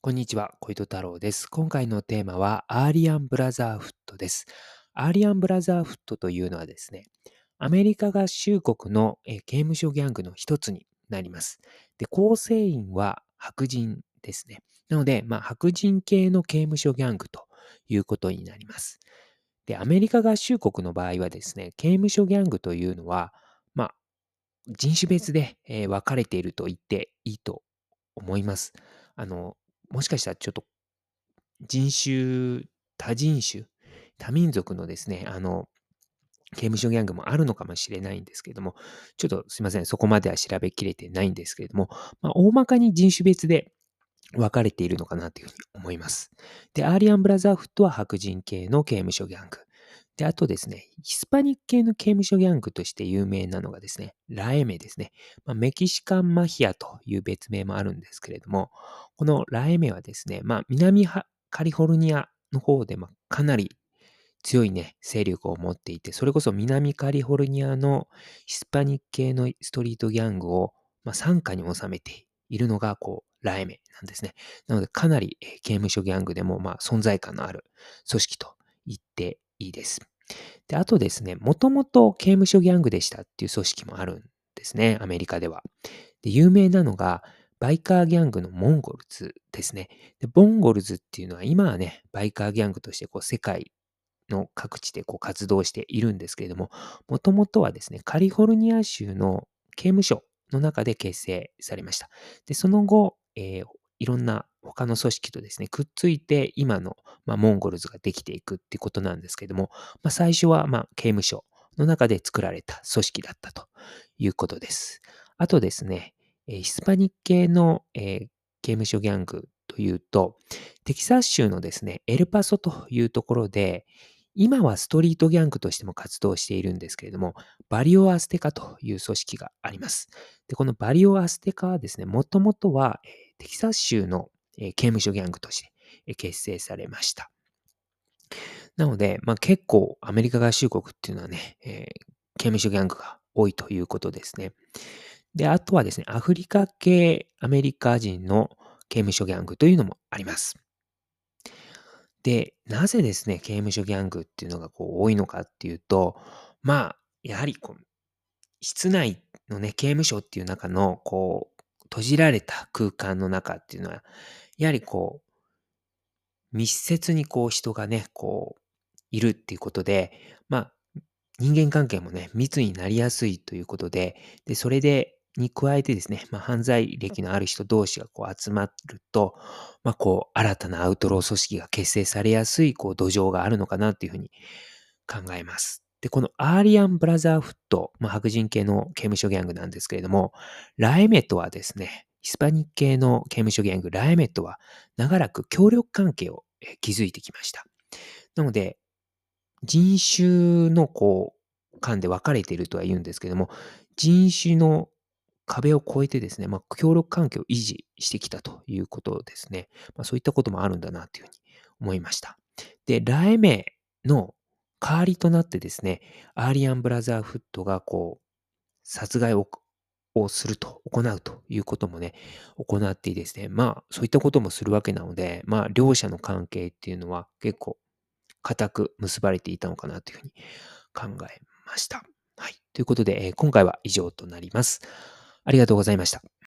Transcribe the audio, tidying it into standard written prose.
こんにちは、小糸太郎です。今回のテーマは、アーリアンブラザーフットです。アーリアンブラザーフットというのはですね、アメリカ合衆国の刑務所ギャングの一つになります。で、構成員は白人ですね。なので、白人系の刑務所ギャングということになります。で、アメリカ合衆国の場合はですね、刑務所ギャングというのは、まあ、人種別で分かれていると言っていいと思います。あの、もしかしたらちょっと人種、多人種、多民族のですね、刑務所ギャングもあるのかもしれないんですけれども、ちょっとすいません、そこまでは調べきれてないんですけれども、大まかに人種別で分かれているのかなというふうに思います。で、アーリアンブラザーフットは白人系の刑務所ギャング。で、あとですね、ヒスパニック系の刑務所ギャングとして有名なのがですね、ラエメですね。メキシカンマフィアという別名もあるんですけれども、このラエメはですね、カリフォルニアの方でかなり強いね、勢力を持っていて、それこそ南カリフォルニアのヒスパニック系のストリートギャングを、傘下に収めているのが、ラエメなんですね。なので、かなり刑務所ギャングでも、存在感のある組織と言っていいです。で、あとですね、もともと刑務所ギャングでしたっていう組織もあるんですね、アメリカでは。で、有名なのが、バイカーギャングのモンゴルズですね。で、モンゴルズっていうのは今はね、バイカーギャングとして世界の各地で活動しているんですけれども、もともとはですね、カリフォルニア州の刑務所の中で結成されました。で、その後、いろんな他の組織とですね、くっついて今の、モンゴルズができていくっていうことなんですけれども、最初は、刑務所の中で作られた組織だったということです。あとですね、ヒスパニック系の、刑務所ギャングというと、テキサス州のですね、エルパソというところで、今はストリートギャングとしても活動しているんですけれども、バリオアステカという組織があります。で、このバリオアステカはですね、もともとはテキサス州の刑務所ギャングとして結成されました。なので、結構アメリカ合衆国っていうのはね、刑務所ギャングが多いということですね。で、あとはですね、アフリカ系アメリカ人の刑務所ギャングというのもあります。で、なぜですね、刑務所ギャングっていうのが多いのかっていうと、やはり室内のね、刑務所っていう中の閉じられた空間の中っていうのは、やはり密接に人がね、いるっていうことで、人間関係もね、密になりやすいということで、で、それでに加えてですね、犯罪歴のある人同士が集まると、新たなアウトロー組織が結成されやすい土壌があるのかなっていうふうに考えます。で、このアーリアンブラザーフット、白人系の刑務所ギャングなんですけれども、ラエメとはですね、ヒスパニック系の刑務所ギャング、ラエメとは長らく協力関係を築いてきました。なので、人種の間で分かれているとは言うんですけども、人種の壁を越えてですね、協力関係を維持してきたということですね。そういったこともあるんだなというふうに思いました。で、ラエメの代わりとなってですね、アーリアンブラザーフットが殺害をすると、行うということもね、行っていてですね、そういったこともするわけなので、両者の関係っていうのは結構固く結ばれていたのかなというふうに考えました。はい。ということで、今回は以上となります。ありがとうございました。